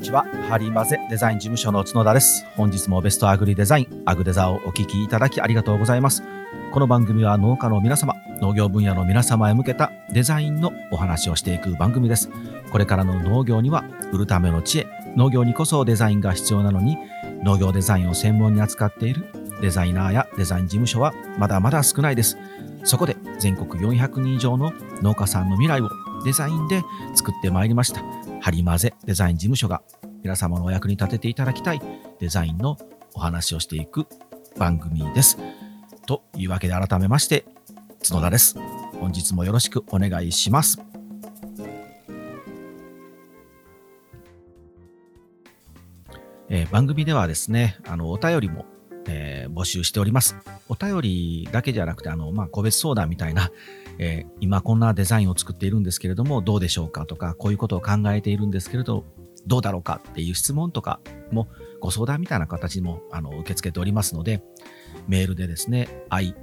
ちは。ハリーマゼデザイン事務所の角田です。本日もベストアグリデザイン、アグデザをお聞きいただきありがとうございます。この番組は農家の皆様、農業分野の皆様へ向けたデザインのお話をしていく番組です。これからの農業には売るための知恵、農業にこそデザインが必要なのに、農業デザインを専門に扱っているデザイナーやデザイン事務所はまだまだ少ないです。そこで全国400人以上の農家さんの未来をデザインで作ってまいりました。ハリマゼデザイン事務所が皆様のお役に立てていただきたいデザインのお話をしていく番組です。というわけで改めまして角田です。本日もよろしくお願いします。番組ではですね、お便りも、募集しております。お便りだけじゃなくて個別相談みたいな、今こんなデザインを作っているんですけれどもどうでしょうかとか、こういうことを考えているんですけれどどうだろうかっていう質問とかもご相談みたいな形も受け付けておりますので、メールでですね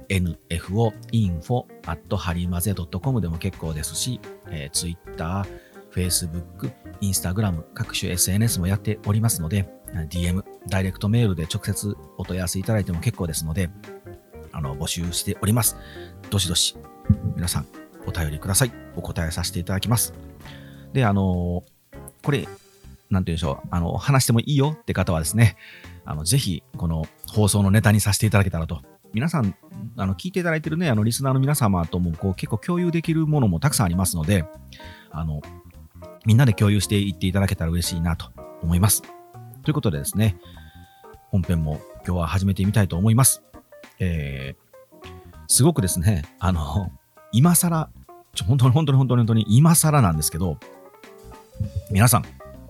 info@harimaze.com でも結構ですし、Twitter、Facebook、Instagram 各種 SNS もやっておりますので、DM、ダイレクトメールで直接お問い合わせいただいても結構ですので、募集しております。どしどし皆さんお便りください。お答えさせていただきます。で、これなんて言うんでしょう、話してもいいよって方はですね、ぜひこの放送のネタにさせていただけたらと。皆さん聞いていただいているね、リスナーの皆様とも結構共有できるものもたくさんありますので、みんなで共有していっていただけたら嬉しいなと思います。ということでですね、本編も今日は始めてみたいと思います。すごくですね、今更、本当に今更なんですけど、皆さん、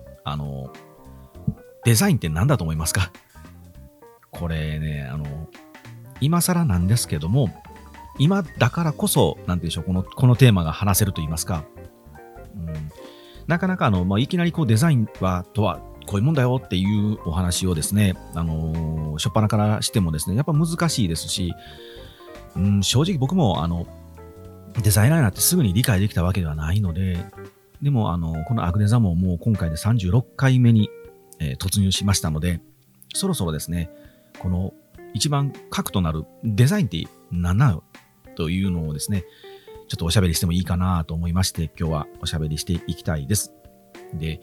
デザインって何だと思いますか？これね、今更なんですけども、今だからこそ、なんていうんでしょう、このテーマが話せると言いますか、なかなかいきなりデザインとはこういうもんだよっていうお話をですね、初っ端からしてもですね、やっぱ難しいですし、正直僕もデザイナーになってすぐに理解できたわけではないので、でもこのアグデザももう今回で36回目に、突入しましたので、そろそろですね、この一番核となるデザインって何なのというのをですね、ちょっとおしゃべりしてもいいかなと思いまして、今日はおしゃべりしていきたいです。で、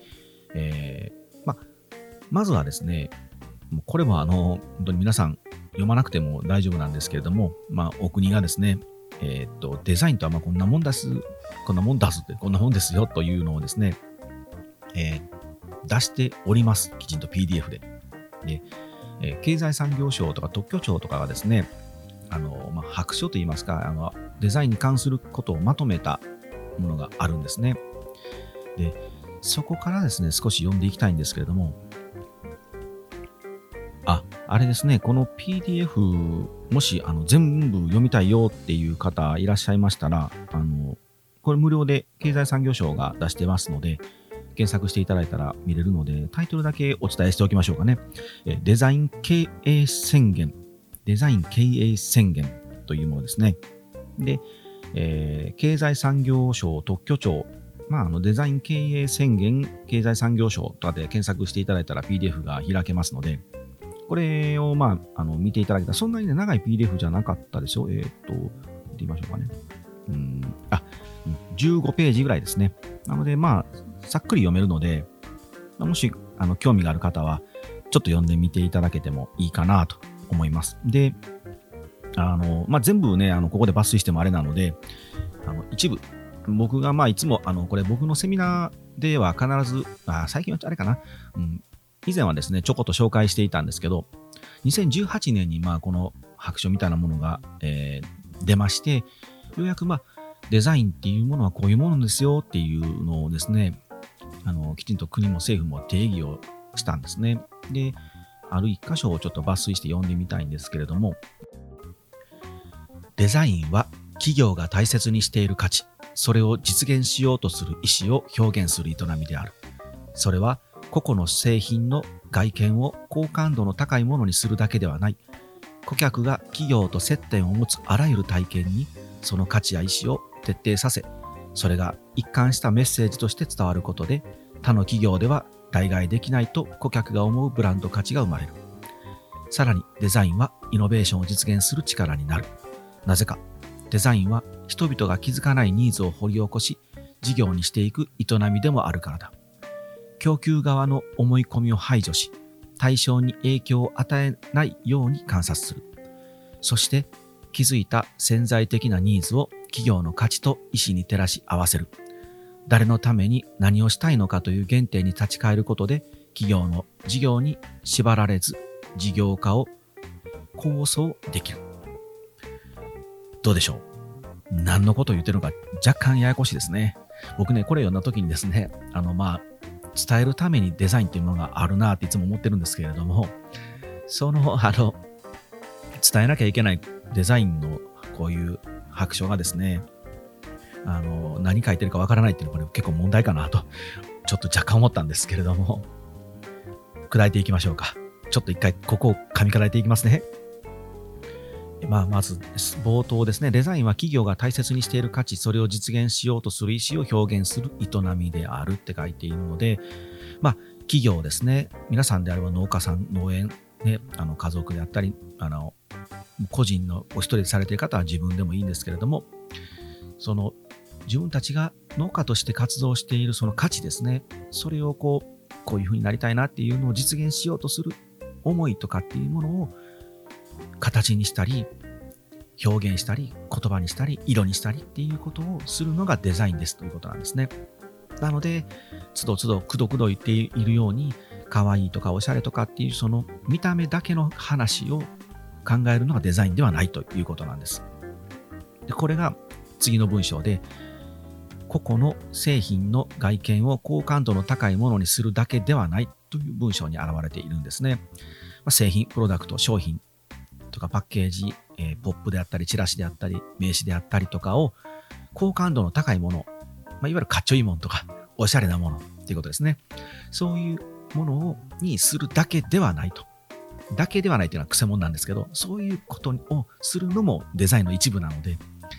まずはですね、これも本当に皆さん読まなくても大丈夫なんですけれども、お国がですね、デザインとはこんなもんですってこんなもんですよというのをですね、出しております。きちんと PDF で。で、経済産業省とか特許庁とかがですね、白書といいますか、デザインに関することをまとめたものがあるんですね。で、そこからですね、少し読んでいきたいんですけれども、あれですね、この PDF、もし全部読みたいよっていう方いらっしゃいましたら、これ無料で経済産業省が出してますので、検索していただいたら見れるので、タイトルだけお伝えしておきましょうかね。デザイン経営宣言というものですね。で、経済産業省特許庁、デザイン経営宣言経済産業省とかで検索していただいたら PDF が開けますので、これを見ていただけたら、そんなに長い PDF じゃなかったでしょ。見てみましょうかね。15ページぐらいですね。なのでさっくり読めるので、もし興味がある方はちょっと読んでみていただけてもいいかなと思います。で、全部ねここで抜粋してもあれなので、一部僕がいつもこれ僕のセミナーでは必ず最近はあれかな、以前はですねちょこっと紹介していたんですけど、2018年にこの白書みたいなものが、出まして、ようやくデザインっていうものはこういうものですよっていうのをですね、きちんと国も政府も定義をしたんですね。で、ある一箇所をちょっと抜粋して読んでみたいんですけれども、デザインは企業が大切にしている価値、それを実現しようとする意思を表現する営みである。それは個々の製品の外見を好感度の高いものにするだけではない。顧客が企業と接点を持つあらゆる体験にその価値や意思を徹底させ、それが一貫したメッセージとして伝わることで、他の企業では代替できないと顧客が思うブランド価値が生まれる。さらにデザインはイノベーションを実現する力になる。なぜか、デザインは人々が気づかないニーズを掘り起こし、事業にしていく営みでもあるからだ。供給側の思い込みを排除し、対象に影響を与えないように観察する。そして気づいた潜在的なニーズを企業の価値と意思に照らし合わせる。誰のために何をしたいのかという原点に立ち返ることで、企業の事業に縛られず事業化を構想できる。どうでしょう。何のことを言ってるのか若干ややこしいですね。僕ね、これ読んだ時にですね、伝えるためにデザインというものがあるなっていつも思ってるんですけれども、伝えなきゃいけないデザインのこういう白書がですね、何書いてるかわからないっていうのはこれ結構問題かなと、ちょっと若干思ったんですけれども、砕いていきましょうか。ちょっと一回ここを噛み砕いていきますね。まず冒頭ですね、デザインは企業が大切にしている価値、それを実現しようとする意思を表現する営みであるって書いているので、企業ですね、皆さんであれば農家さん、農園、ね、家族であったり、個人のお一人でされている方は自分でもいいんですけれども、その自分たちが農家として活動しているその価値ですね、それをこういうふうになりたいなっていうのを実現しようとする思いとかっていうものを形にしたり、表現したり、言葉にしたり、色にしたりっていうことをするのがデザインですということなんですね。なので、つどつどくどくど言っているように、可愛いとかおしゃれとかっていうその見た目だけの話を考えるのがデザインではないということなんです。で、これが次の文章で、個々の製品の外見を好感度の高いものにするだけではないという文章に表れているんですね。製品、プロダクト、商品とかパッケージ、ポップであったり、チラシであったり、名刺であったりとかを好感度の高いもの、いわゆるかっちょいいものとか、おしゃれなものっていうことですね。そういうものにするだけではないと。だけではないというのは癖もんなんですけど、そういうことをするのもデザインの一部なので、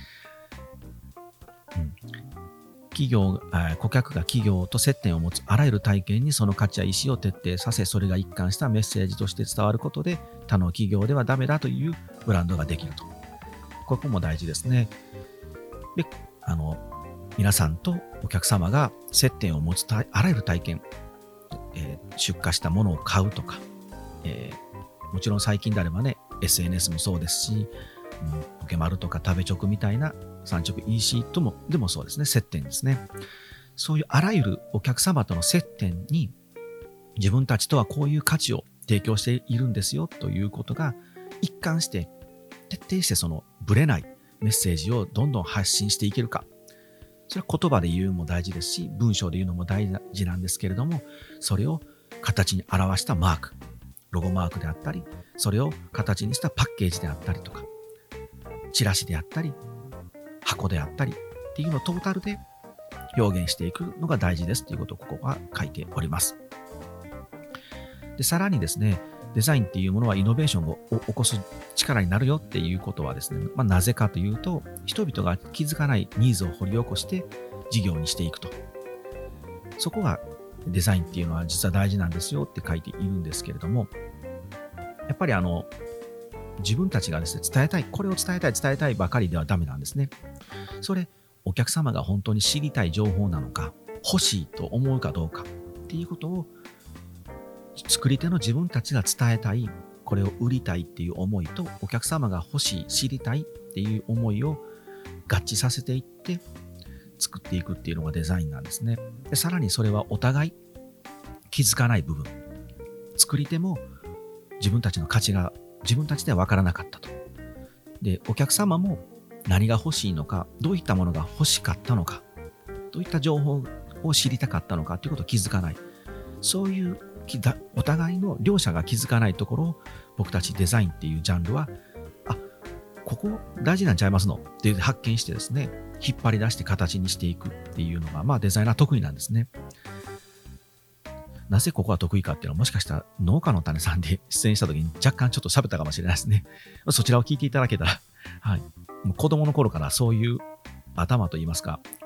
顧客が企業と接点を持つあらゆる体験にその価値や意思を徹底させ、それが一貫したメッセージとして伝わることで、他の企業ではダメだというブランドができると。ここも大事ですね。で、皆さんとお客様が接点を持つあらゆる体験、出荷したものを買うとか、もちろん最近であればね、SNS もそうですし、ポケマルとか食べチョクみたいな産直 EC ともでもそうですね、接点ですね。そういうあらゆるお客様との接点に自分たちとはこういう価値を提供しているんですよということが一貫して徹底してそのブレないメッセージをどんどん発信していけるか。それは言葉で言うのも大事ですし、文章で言うのも大事なんですけれども、それを形に表したマーク、ロゴマークであったり、それを形にしたパッケージであったりとか、チラシであったり、箱であったりっていうのをトータルで表現していくのが大事ですということをここは書いております。で、さらにですね、デザインっていうものはイノベーションを起こす力になるよっていうことはですね、なぜかというと、人々が気づかないニーズを掘り起こして事業にしていくと。そこがデザインっていうのは実は大事なんですよって書いているんですけれども、やっぱり自分たちがですね、伝えたい、これを伝えたいばかりではダメなんですね。それ、お客様が本当に知りたい情報なのか、欲しいと思うかどうかっていうことを、作り手の自分たちが伝えたい、これを売りたいっていう思いと、お客様が欲しい、知りたいっていう思いを合致させていって作っていくっていうのがデザインなんですね。で、さらにそれはお互い気づかない部分、作り手も自分たちの価値が自分たちでは分からなかったと。で、お客様も何が欲しいのか、どういったものが欲しかったのか、どういった情報を知りたかったのかということを気づかない。そういうお互いの両者が気づかないところを僕たちデザインっていうジャンルは、ここ大事なんちゃいますのっていう発見してですね、引っ張り出して形にしていくっていうのが、デザイナー得意なんですね。なぜここが得意かっていうのは、もしかしたら農家の種さんで出演した時に若干ちょっと喋ったかもしれないですね。そちらを聞いていただけたら、はい。もう子供の頃からそういう頭といいますか、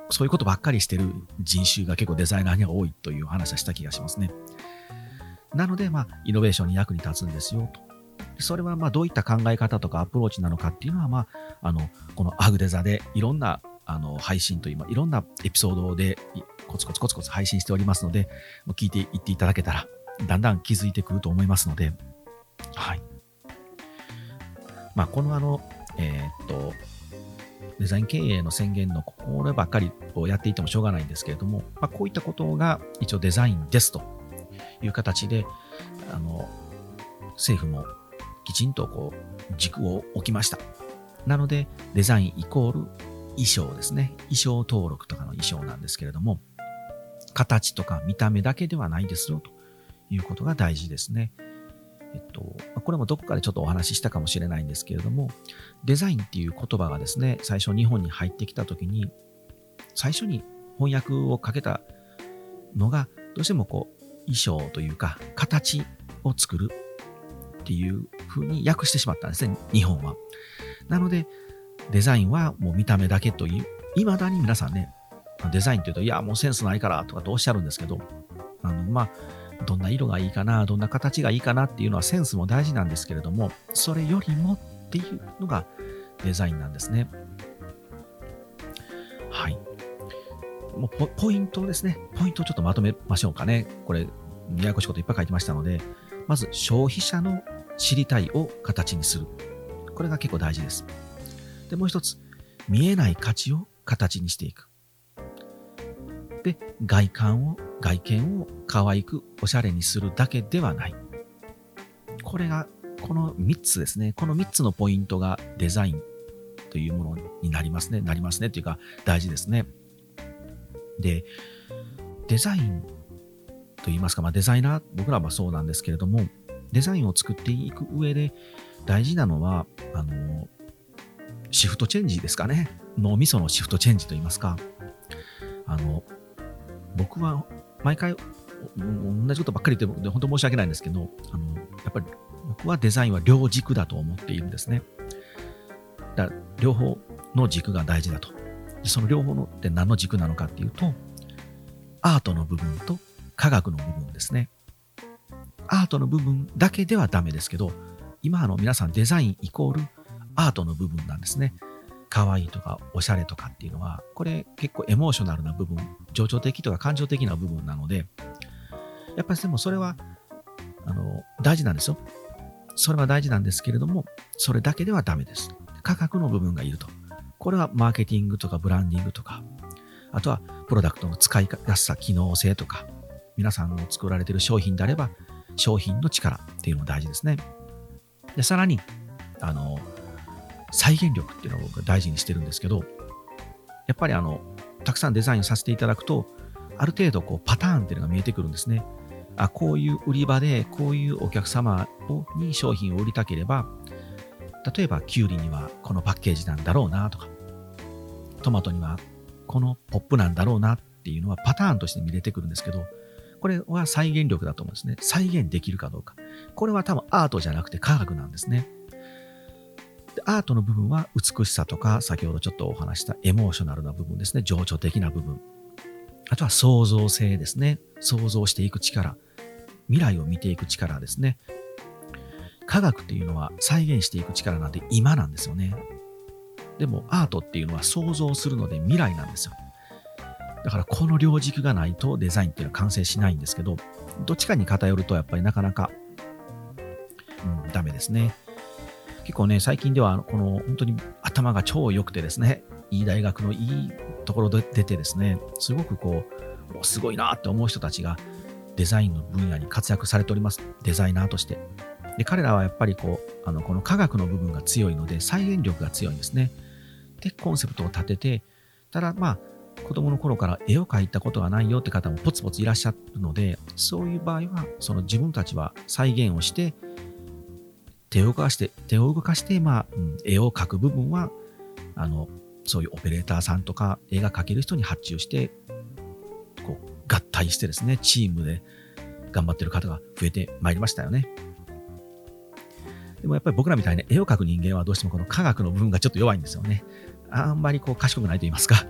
そういうことばっかりしてる人種が結構デザイナーには多いという話はした気がしますね。なので、イノベーションに役に立つんですよと。それはどういった考え方とかアプローチなのかっていうのは、このアグデザでいろんな配信といろんなエピソードでコツコツ配信しておりますので、聞いていっていただけたらだんだん気づいてくると思いますので、はい。このデザイン経営の宣言のこればっかりをやっていてもしょうがないんですけれども、こういったことが一応デザインですという形で、政府もきちんと軸を置きました。なので、デザインイコール衣装ですね。衣装登録とかの衣装なんですけれども、形とか見た目だけではないですよということが大事ですね。これもどこかでちょっとお話ししたかもしれないんですけれども、デザインっていう言葉がですね、最初日本に入ってきたときに、最初に翻訳をかけたのが、どうしても衣装というか、形を作るっていう風に訳してしまったんですね、日本は。なので、デザインはもう見た目だけという、未だに皆さんね、デザインっていうと、いや、もうセンスないからとかとおっしゃるんですけど、どんな色がいいかな、どんな形がいいかなっていうのはセンスも大事なんですけれども、それよりもっていうのがデザインなんですね。はい。もうポイントですね。ポイントをちょっとまとめましょうかね。これ、ややこしいこといっぱい書いてましたので、まず消費者の知りたいを形にする。これが結構大事です。で、もう一つ、見えない価値を形にしていく。で、外見を可愛くおしゃれにするだけではない。これが、この3つですね。この3つのポイントがデザインというものになりますね。というか、大事ですね。で、デザインといいますか、デザイナー、僕らはそうなんですけれども、デザインを作っていく上で大事なのは、シフトチェンジですかね。脳みそのシフトチェンジといいますか。僕は毎回同じことばっかり言って本当申し訳ないんですけど、やっぱり僕はデザインは両軸だと思っているんですね。だから両方の軸が大事だと。その両方のって何の軸なのかっていうと、アートの部分と科学の部分ですね。アートの部分だけではダメですけど、今皆さんデザインイコールアートの部分なんですね。可愛いとかおしゃれとかっていうのは、これ結構エモーショナルな部分、情緒的とか感情的な部分なので、やっぱりでもそれは大事なんですよ。それは大事なんですけれども、それだけではダメです。価格の部分がいると。これはマーケティングとかブランディングとか、あとはプロダクトの使いやすさ、機能性とか、皆さんの作られている商品であれば、商品の力っていうのも大事ですね。で、さらに、再現力っていうのを僕は大事にしてるんですけど、やっぱりたくさんデザインさせていただくと、ある程度パターンっていうのが見えてくるんですね。こういう売り場で、こういうお客様に商品を売りたければ、例えばキュウリにはこのパッケージなんだろうなとか、トマトにはこのポップなんだろうなっていうのはパターンとして見れてくるんですけど、これは再現力だと思うんですね。再現できるかどうか。これは多分アートじゃなくて科学なんですね。でアートの部分は美しさとか、先ほどちょっとお話したエモーショナルな部分ですね。情緒的な部分。あとは創造性ですね。想像していく力。未来を見ていく力ですね。科学っていうのは再現していく力なんて今なんですよね。でもアートっていうのは想像するので未来なんですよ。だからこの両軸がないとデザインっていうのは完成しないんですけど、どっちかに偏るとやっぱりなかなか、ダメですね。結構ね、最近ではこの本当に頭が超良くてですね、いい大学のいいところで出てですね、すごくすごいなって思う人たちがデザインの分野に活躍されております。デザイナーとして。で、彼らはやっぱりこの科学の部分が強いので、再現力が強いんですね。で、コンセプトを立てて、ただ子供の頃から絵を描いたことがないよって方もポツポツいらっしゃるので、そういう場合は、自分たちは再現をして、手を動かして、絵を描く部分は、そういうオペレーターさんとか、絵が描ける人に発注して、合体してですね、チームで頑張ってる方が増えてまいりましたよね。でもやっぱり僕らみたいな絵を描く人間はどうしてもこの科学の部分がちょっと弱いんですよね。あんまり賢くないと言いますか。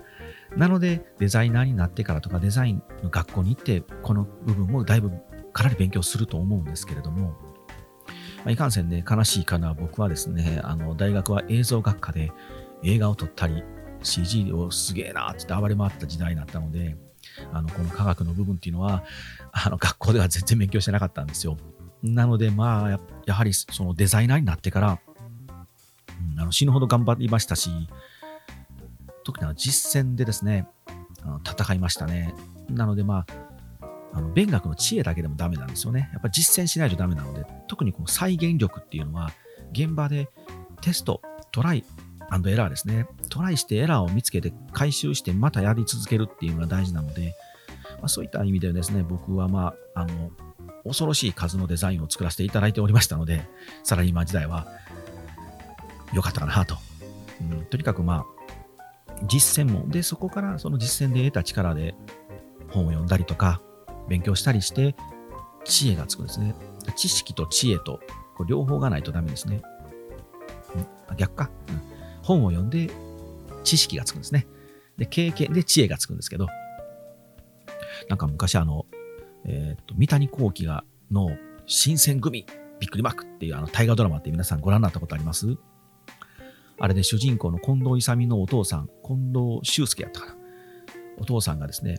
なので、デザイナーになってからとか、デザインの学校に行って、この部分もだいぶかなり勉強すると思うんですけれども、いかんせんね、悲しいかな、僕はですね、大学は映像学科で映画を撮ったり、CG をすげえなーって暴れ回った時代になったので、この科学の部分っていうのは、学校では全然勉強してなかったんですよ。なので、やはりそのデザイナーになってから、死ぬほど頑張りましたし、特に実践でですね、戦いましたね。なので、勉学の知恵だけでもダメなんですよね。やっぱり実践しないとダメなので、特にこの再現力っていうのは、現場でテスト、トライ&エラーですね。トライしてエラーを見つけて回収してまたやり続けるっていうのが大事なので、そういった意味でですね、僕は恐ろしい数のデザインを作らせていただいておりましたので、サラリーマン時代は良かったかなと。とにかく実践も、で、そこからその実践で得た力で本を読んだりとか、勉強したりして、知恵がつくんですね。知識と知恵と、これ両方がないとダメですね。逆か。本を読んで知識がつくんですね。で、経験で知恵がつくんですけど、なんか昔三谷幸喜の新選組びっくりマークっていう大河ドラマって皆さんご覧になったことあります？あれで主人公の近藤勇のお父さん、近藤修介やったかな。お父さんがですね、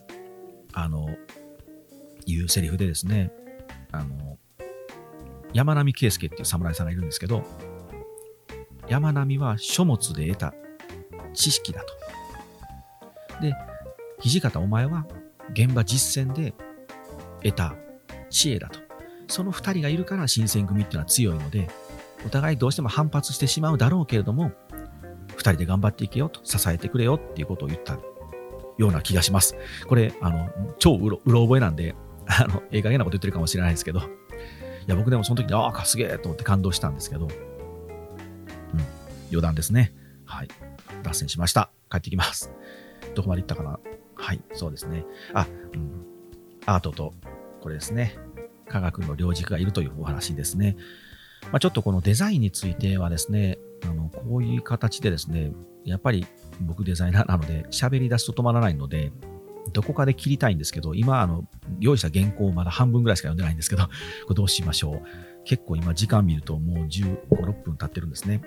いうセリフでですね、山並圭介っていう侍さんがいるんですけど、山並は書物で得た知識だと。で、土方お前は現場実践で得た知恵だと。その二人がいるから新選組っていうのは強いので、お互いどうしても反発してしまうだろうけれども、二人で頑張っていけよと、支えてくれよっていうことを言ったような気がします。これ、超うろ覚えなんで、ええ加減なこと言ってるかもしれないですけど、いや、僕でもその時に、すげえと思って感動したんですけど、余談ですね。はい。脱線しました。帰ってきます。どこまで行ったかな？はい、そうですね。アートと、これですね。科学の両軸がいるというお話ですね。ちょっとこのデザインについてはですね、こういう形でですね、やっぱり僕デザイナーなので、喋り出すと止まらないので、どこかで切りたいんですけど、今、用意した原稿をまだ半分ぐらいしか読んでないんですけど、これどうしましょう。結構今時間見るともう15、6分経ってるんですね。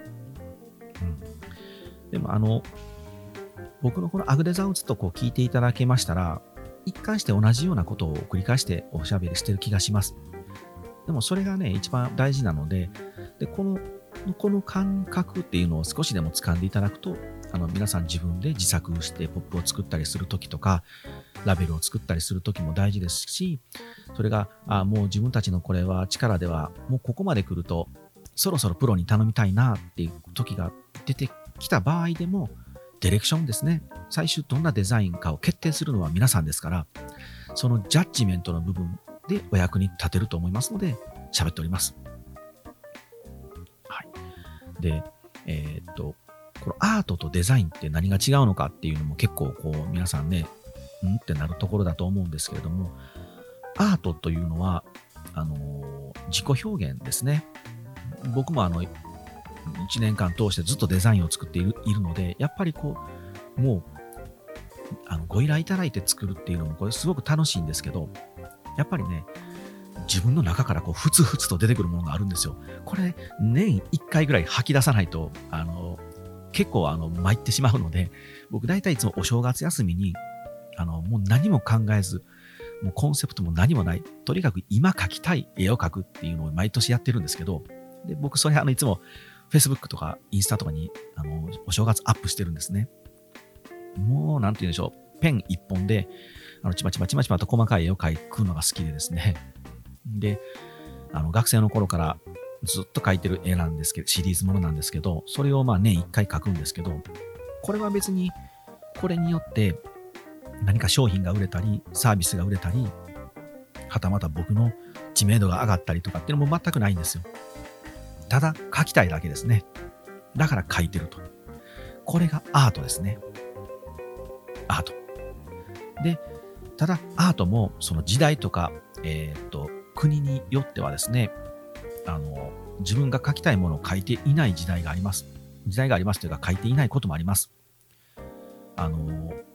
でも僕のこのアグデザをずっと聞いていただけましたら、一貫して同じようなことを繰り返しておしゃべりしてる気がします。でもそれがね、一番大事なので、この感覚っていうのを少しでも掴んでいただくと、皆さん自分で自作してポップを作ったりするときとか、ラベルを作ったりするときも大事ですし、それが、もう自分たちのこれは力では、もうここまで来ると、そろそろプロに頼みたいなっていう時が出てきた場合でも、ディレクションですね。最終どんなデザインかを決定するのは皆さんですから、そのジャッジメントの部分でお役に立てると思いますので、喋っております。はい。で、このアートとデザインって何が違うのかっていうのも結構皆さんね、ってなるところだと思うんですけれども、アートというのは、自己表現ですね。僕も1年間通してずっとデザインを作っているので、やっぱりもう、ご依頼いただいて作るっていうのもこれすごく楽しいんですけど、やっぱりね、自分の中からふつふつと出てくるものがあるんですよ。これ、年1回ぐらい吐き出さないと、結構参ってしまうので、僕大体いつもお正月休みに、もう何も考えず、もうコンセプトも何もない、とにかく今描きたい絵を描くっていうのを毎年やってるんですけど、で僕それいつも Facebook とかインスタとかにお正月アップしてるんですね。もうなんて言うんでしょう、ペン一本でちまちまと細かい絵を描くのが好きでですね。で、学生の頃からずっと描いてる絵なんですけど、シリーズものなんですけど、それを年1回描くんですけど、これは別にこれによって何か商品が売れたり、サービスが売れたり、はたまた僕の知名度が上がったりとかっていうのも全くないんですよ。ただ描きたいだけですね。だから描いてると。これがアートですね。アート。で、ただアートもその時代とか、国によってはですね、自分が描きたいものを描いていない時代があります。時代がありますというか描いていないこともあります。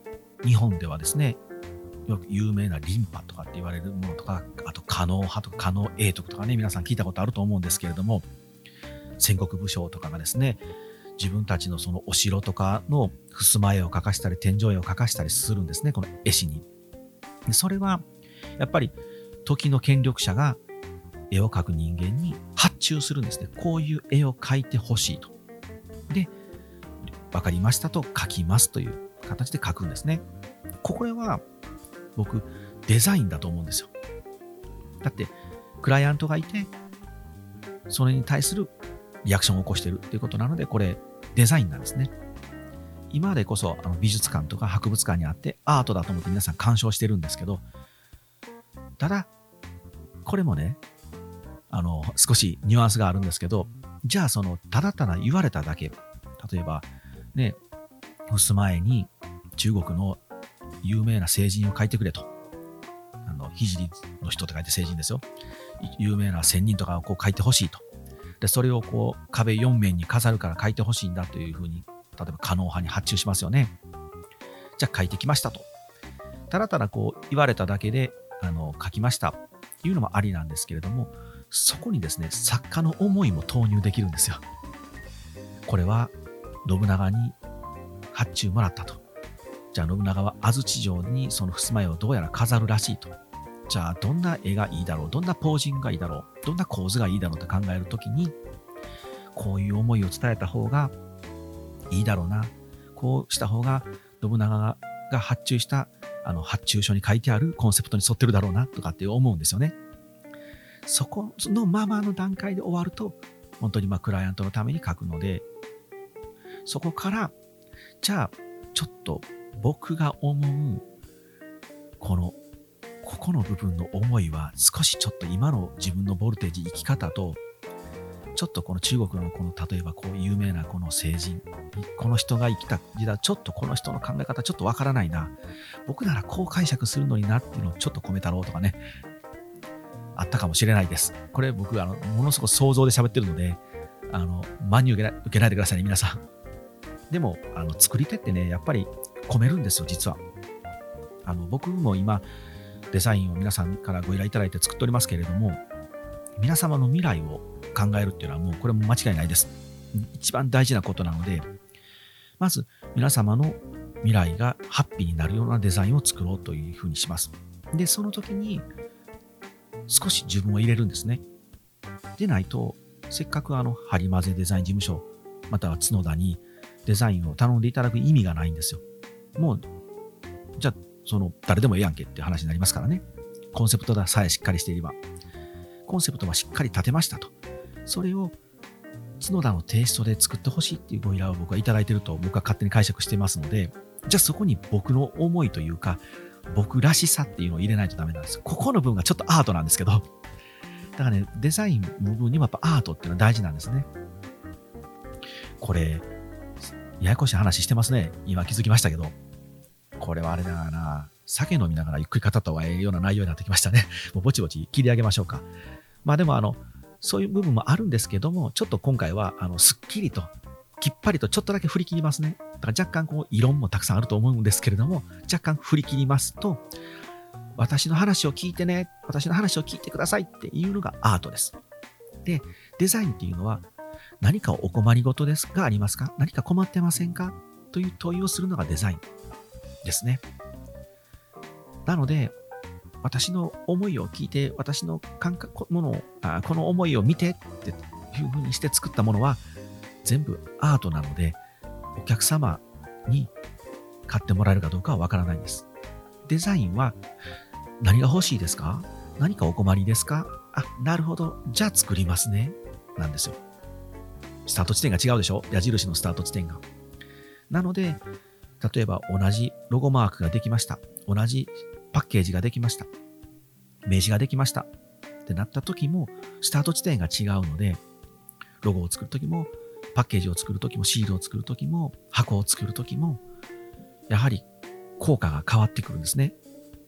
日本ではですね、よく有名なリンパとかって言われるものとか、あと狩野派とか狩野永徳とかね、皆さん聞いたことあると思うんですけれども、戦国武将とかがですね、自分たちのそのお城とかの襖絵を描かしたり天井絵を描かしたりするんですね、この絵師に。でそれはやっぱり時の権力者が絵を描く人間に発注するんですね。こういう絵を描いてほしいと。で、わかりましたと描きますという形で描くんですね。これは僕デザインだと思うんですよ。だってクライアントがいてそれに対するリアクションを起こしているということなので、これデザインなんですね。今でこそ美術館とか博物館にあってアートだと思って皆さん鑑賞してるんですけど、ただこれもね、少しニュアンスがあるんですけど、じゃあただただ言われただけ、例えばね、襖絵に中国の有名な聖人を描いてくれと、聖の人と書いて聖人ですよ。有名な仙人とかをこう描いてほしいと。でそれをこう壁4面に飾るから描いてほしいんだというふうに、例えば狩野派に発注しますよね。じゃあ描いてきましたと。ただただこう言われただけで描きましたというのもありなんですけれども、そこにですね、作家の思いも投入できるんですよ。これは信長に発注もらったと。じゃあ信長は安土城にその襖絵をどうやら飾るらしいと。じゃあどんな絵がいいだろう、どんなポージングがいいだろう、どんな構図がいいだろうと考えるときに、こういう思いを伝えた方がいいだろうな、こうした方が信長が発注した発注書に書いてあるコンセプトに沿ってるだろうなとかって思うんですよね。そこのままの段階で終わると本当にクライアントのために書くので、そこからじゃあちょっと僕が思うここの部分の思いは少しちょっと今の自分のボルテージ生き方とちょっとこの中国の例えばこう有名なこの聖人、この人が生きた時代、ちょっとこの人の考え方ちょっとわからないな、僕ならこう解釈するのになっていうのをちょっと込めたろうとかね、あったかもしれないです。これ僕ものすごく想像で喋ってるので真に受けないでくださいね、皆さん。でも作り手ってね、やっぱり込めるんですよ、実は。僕も今デザインを皆さんからご依頼いただいて作っておりますけれども、皆様の未来を考えるっていうのはもうこれも間違いないです。一番大事なことなので、まず皆様の未来がハッピーになるようなデザインを作ろうというふうにします。でその時に少し自分を入れるんですね。でないと、せっかくハリマゼデザイン事務所または角田にデザインを頼んでいただく意味がないんですよ。もうじゃあ誰でもええやんけって話になりますからね。コンセプトさえしっかりしていれば、コンセプトはしっかり立てましたと、それを角田のテイストで作ってほしいっていうご依頼を僕はいただいていると僕は勝手に解釈していますので、じゃあそこに僕の思いというか僕らしさっていうのを入れないとダメなんです。ここの部分がちょっとアートなんですけど、だからね、デザインの部分にもやっぱアートっていうのは大事なんですね。これややこしい話してますね。今気づきましたけど、これはあれだな、酒飲みながらゆっくり語った方がええような内容になってきましたね。もうぼちぼち切り上げましょうか。でもそういう部分もあるんですけども、ちょっと今回はすっきりときっぱりとちょっとだけ振り切りますね。だから若干異論もたくさんあると思うんですけれども、若干振り切りますと、私の話を聞いてね、私の話を聞いてくださいっていうのがアートです。で、デザインっていうのは何かお困りごとですがありますか？何か困ってませんか？という問いをするのがデザインですね。なので、私の思いを聞いて、私のこの思いを見てっていうふうにして作ったものは全部アートなので、お客様に買ってもらえるかどうかはわからないんです。デザインは何が欲しいですか？何かお困りですか？なるほど。じゃあ作りますね。なんですよ。スタート地点が違うでしょ？矢印のスタート地点が。なので、例えば同じロゴマークができました。同じパッケージができました。名刺ができました。ってなった時も、スタート地点が違うので、ロゴを作る時も、パッケージを作る時も、シールを作る時も、箱を作る時も、やはり効果が変わってくるんですね。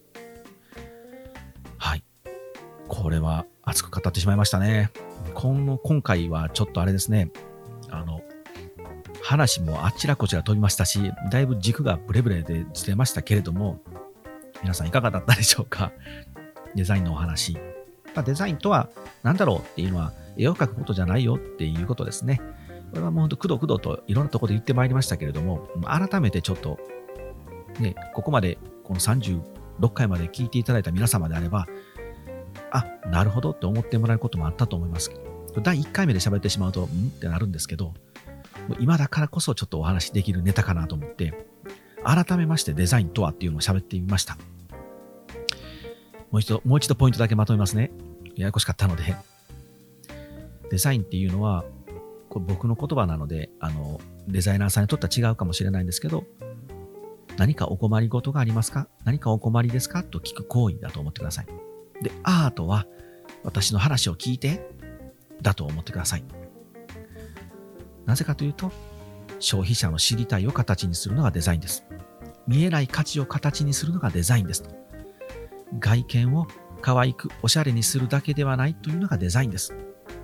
はい。これは熱く語ってしまいましたね。今回はちょっとあれですね。 話もあちらこちら飛びましたし、だいぶ軸がブレブレでずれましたけれども、皆さんいかがだったでしょうか。デザインのお話。デザインとは何だろうっていうのは、絵を描くことじゃないよっていうことですね。これはもうほんとくどくどといろんなところで言ってまいりましたけれども、改めてちょっと、ね、ここまで、この36回まで聞いていただいた皆様であれば、なるほどって思ってもらえることもあったと思います。第1回目で喋ってしまうと、ってなるんですけど、今だからこそちょっとお話できるネタかなと思って、改めましてデザインとはっていうのを喋ってみました。もう一度ポイントだけまとめますね。ややこしかったので。デザインっていうのは、これ僕の言葉なので、デザイナーさんにとっては違うかもしれないんですけど、何かお困りごとがありますか？何かお困りですか？と聞く行為だと思ってください。で、アートは私の話を聞いてだと思ってください。なぜかというと、消費者の知りたいを形にするのがデザインです。見えない価値を形にするのがデザインです。外見を可愛くおしゃれにするだけではないというのがデザインです。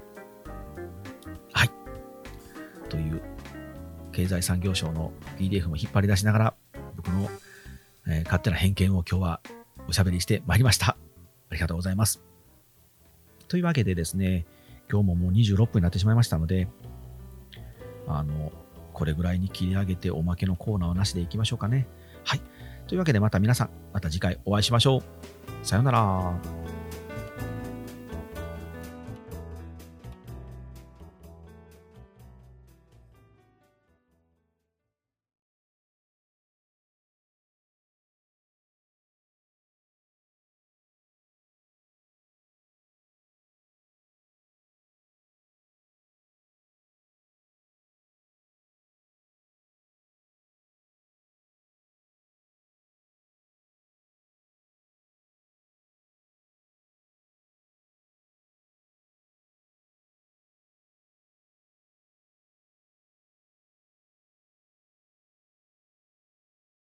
はい。という経済産業省の PDF も引っ張り出しながら僕の、勝手な偏見を今日はおしゃべりしてまいりました。ありがとうございます。というわけでですね、今日ももう26分になってしまいましたので、これぐらいに切り上げておまけのコーナーはなしでいきましょうかね。はい。というわけでまた皆さん、また次回お会いしましょう。さようなら。